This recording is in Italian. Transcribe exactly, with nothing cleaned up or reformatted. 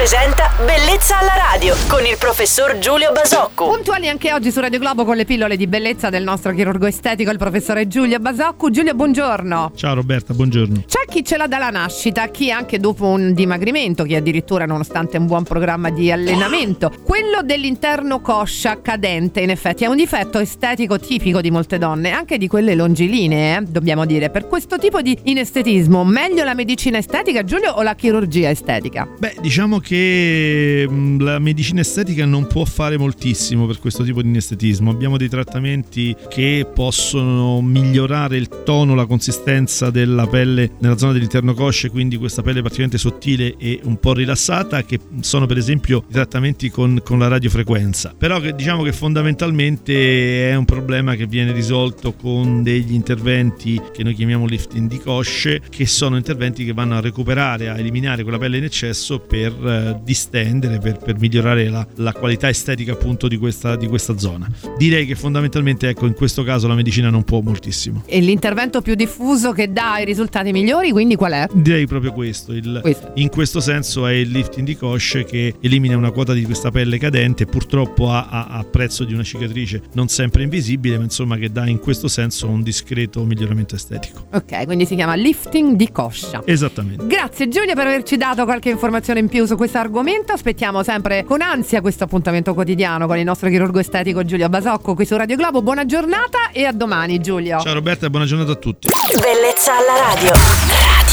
presenta Bellezza alla radio con il professor Giulio Basocco. Puntuali anche oggi su Radio Globo con le pillole di bellezza del nostro chirurgo estetico, il professore Giulio Basocco. Giulio, buongiorno. Ciao Roberta, buongiorno. C'è chi ce l'ha dalla nascita, chi anche dopo un dimagrimento, chi addirittura nonostante un buon programma di allenamento. Quello dell'interno coscia cadente, in effetti, è un difetto estetico tipico di molte donne, anche di quelle longilinee, eh, dobbiamo dire. Per questo tipo di inestetismo, meglio la medicina estetica, Giulio, o la chirurgia estetica? Beh, diciamo che mh, la medicina estetica non può fare moltissimo per questo tipo di inestetismo. Abbiamo dei trattamenti che possono migliorare il tono, la consistenza della pelle nella zona dell'interno coscia, quindi questa pelle particolarmente sottile e un po' rilassata, che sono per esempio i trattamenti con, con la radiofrequenza. Però che, diciamo che fondamentalmente è un problema che viene risolto con degli interventi che noi chiamiamo lifting di cosce, che sono interventi che vanno a recuperare, a eliminare quella pelle in eccesso per uh, distendere, per, per migliorare la, la qualità estetica appunto di questa, di questa zona. Direi che fondamentalmente, ecco, in questo caso la medicina non può moltissimo. E l'intervento più diffuso che dà i risultati migliori, quindi qual è? Direi proprio questo, il, questo. In questo senso è il lifting di cosce, che elimina una quota di questa pelle cadente, purtroppo a, a, a prezzo di una cicatrice non sempre invisibile, ma insomma che dà in questo senso un discreto miglioramento estetico. Ok, quindi si chiama lifting di coscia. Esattamente. Grazie Giulia per averci dato qualche informazione in più su questo argomento. Aspettiamo sempre con ansia questo appuntamento quotidiano con il nostro chirurgo estetico Giulio Basocco qui su Radio Globo. Buona giornata e a domani, Giulio. Ciao Roberta e buona giornata a tutti. Bellezza alla radio.